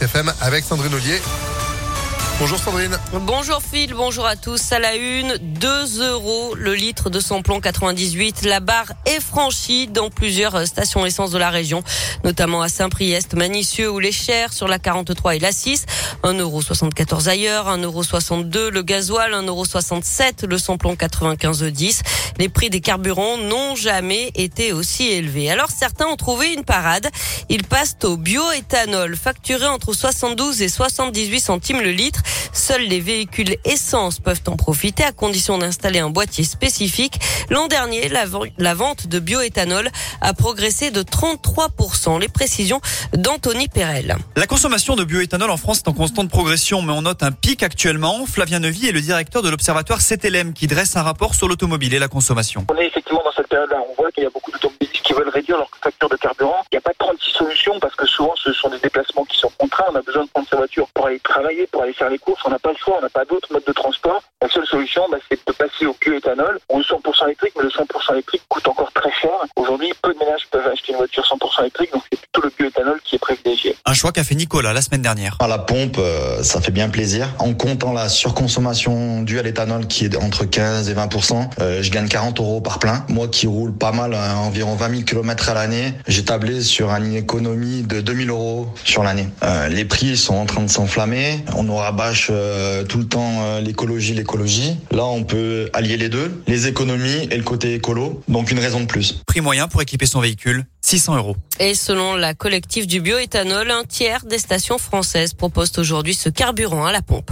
FM avec Sandrine Ollier. Bonjour Sandrine. Bonjour Phil, bonjour à tous. À la une, 2 € le litre de samplon 98. La barre est franchie dans plusieurs stations essence de la région, notamment à Saint-Priest, Manicieux ou Les Chères sur la 43 et la 6. 1,74 € ailleurs, 1,62 € le gasoil, 1,67 € le samplon 95E10. Les prix des carburants n'ont jamais été aussi élevés. Alors certains ont trouvé une parade. Ils passent au bioéthanol, facturé entre 72 et 78 centimes le litre. Seuls les véhicules essence peuvent en profiter à condition d'installer un boîtier spécifique. L'an dernier, la vente de bioéthanol a progressé de 33%. Les précisions d'Anthony Perel. La consommation de bioéthanol en France est en constante progression, mais on note un pic actuellement. Flavien Neuvy est le directeur de l'observatoire CTLM qui dresse un rapport sur l'automobile et la consommation. On est effectivement dans cette période-là. On voit qu'il y a beaucoup d'automobilistes qui veulent réduire leur facture de carburant. Il n'y a pas 36 solutions parce que souvent ce sont des déplacements qui sont contraints. On a besoin de prendre sa voiture pour aller travailler, pour aller faire les courses. On n'a pas le choix, on n'a pas d'autres modes de transport. La seule solution, c'est de passer au bioéthanol ou au 100% électrique, mais le 100% électrique coûte encore très cher. Aujourd'hui, peu de ménages peuvent acheter une voiture 100% électrique, donc c'est plutôt le bioéthanol qui est privilégié. Un choix qu'a fait Nicolas la semaine dernière. À la pompe, ça fait bien plaisir. En comptant la surconsommation due à l'éthanol qui est entre 15 et 20%, je gagne 40 € par plein. Moi qui roule pas mal, environ 20 000 km à l'année, j'ai tablé sur une économie de 2 000 € sur l'année. Les prix sont en train de s'enflammer. On nous rabâche tout le temps l'écologie. Là, on peut allier les deux, les économies et le côté écolo. Donc une raison de plus. Prix moyen pour équiper son véhicule, 600 €. Et selon la collective du bioéthanol, un tiers des stations françaises proposent aujourd'hui ce carburant à la pompe.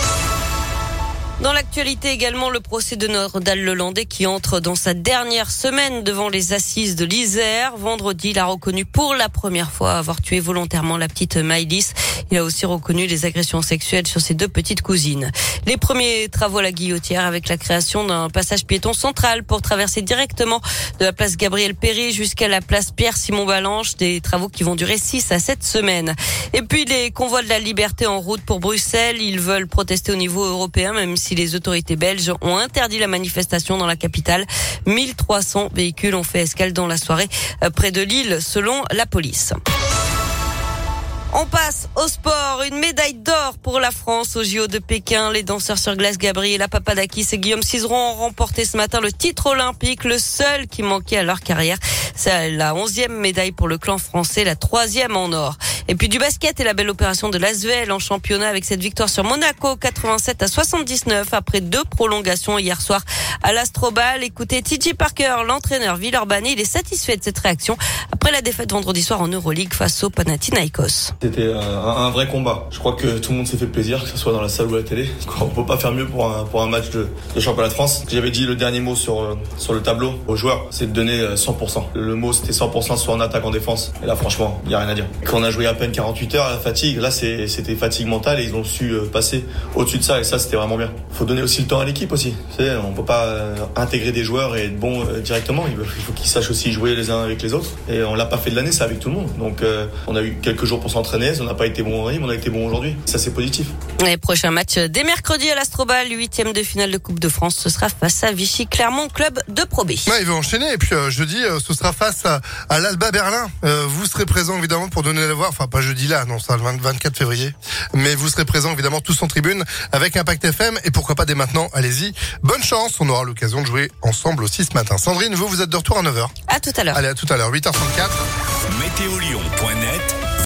Dans l'actualité également, le procès de Nordal-Lelandais qui entre dans sa dernière semaine devant les assises de l'Isère. Vendredi, il a reconnu pour la première fois avoir tué volontairement la petite Maëlys. Il a aussi reconnu les agressions sexuelles sur ses 2 petites cousines. Les premiers travaux à la Guillotière avec la création d'un passage piéton central pour traverser directement de la place Gabriel Péry jusqu'à la place Pierre-Simon Balanche. Des travaux qui vont durer 6 à 7 semaines. Et puis les convois de la liberté en route pour Bruxelles. Ils veulent protester au niveau européen, même si les autorités belges ont interdit la manifestation dans la capitale. 1300 véhicules ont fait escale dans la soirée près de Lille, selon la police. On passe au sport. Une médaille d'or pour la France au JO de Pékin. Les danseurs sur glace Gabriela Papadakis et Guillaume Cizeron ont remporté ce matin le titre olympique, le seul qui manquait à leur carrière. C'est la 11e médaille pour le clan français, la 3e en or. Et puis du basket et la belle opération de l'ASVEL en championnat avec cette victoire sur Monaco, 87-79 après 2 prolongations hier soir à l'Astrobal. Écoutez, TJ Parker, l'entraîneur Villeurbanne, il est satisfait de cette réaction après la défaite vendredi soir en Euroleague face au Panathinaikos. C'était un vrai combat. Je crois que tout le monde s'est fait plaisir, que ce soit dans la salle ou à la télé. On peut pas faire mieux pour un match de championnat de France. J'avais dit le dernier mot sur le tableau aux joueurs, c'est de donner 100%. Le mot c'était 100% soit en attaque, en défense. Et là franchement, il y a rien à dire. Quand on a joué à peine 48 heures, la fatigue, là c'était fatigue mentale et ils ont su passer au-dessus de ça et ça c'était vraiment bien. Faut donner aussi le temps à l'équipe aussi. Vous savez, on peut pas intégrer des joueurs et être bon directement. Il faut qu'ils sachent aussi jouer les uns avec les autres. Et on l'a pas fait de l'année, c'est avec tout le monde. Donc on a eu quelques jours pour s'entraîner. On n'a pas été bon en rythme, on a été bon aujourd'hui. Ça, c'est positif. Les prochains matchs dès mercredi à l'Astrobal, 8e de finale de Coupe de France. Ce sera face à Vichy Clermont, club de Pro B. Ouais, il va enchaîner. Et puis jeudi, ce sera face à l'Alba Berlin. Vous serez présents évidemment pour donner la voix. Enfin, pas jeudi là, non, ça le 24 février. Mais vous serez présents évidemment tous en tribune avec Impact FM. Et pourquoi pas dès maintenant, allez-y. Bonne chance. On aura l'occasion de jouer ensemble aussi ce matin. Sandrine, vous êtes de retour à 9h. À tout à l'heure. Allez, à tout à l'heure, 8h34. Météolion.net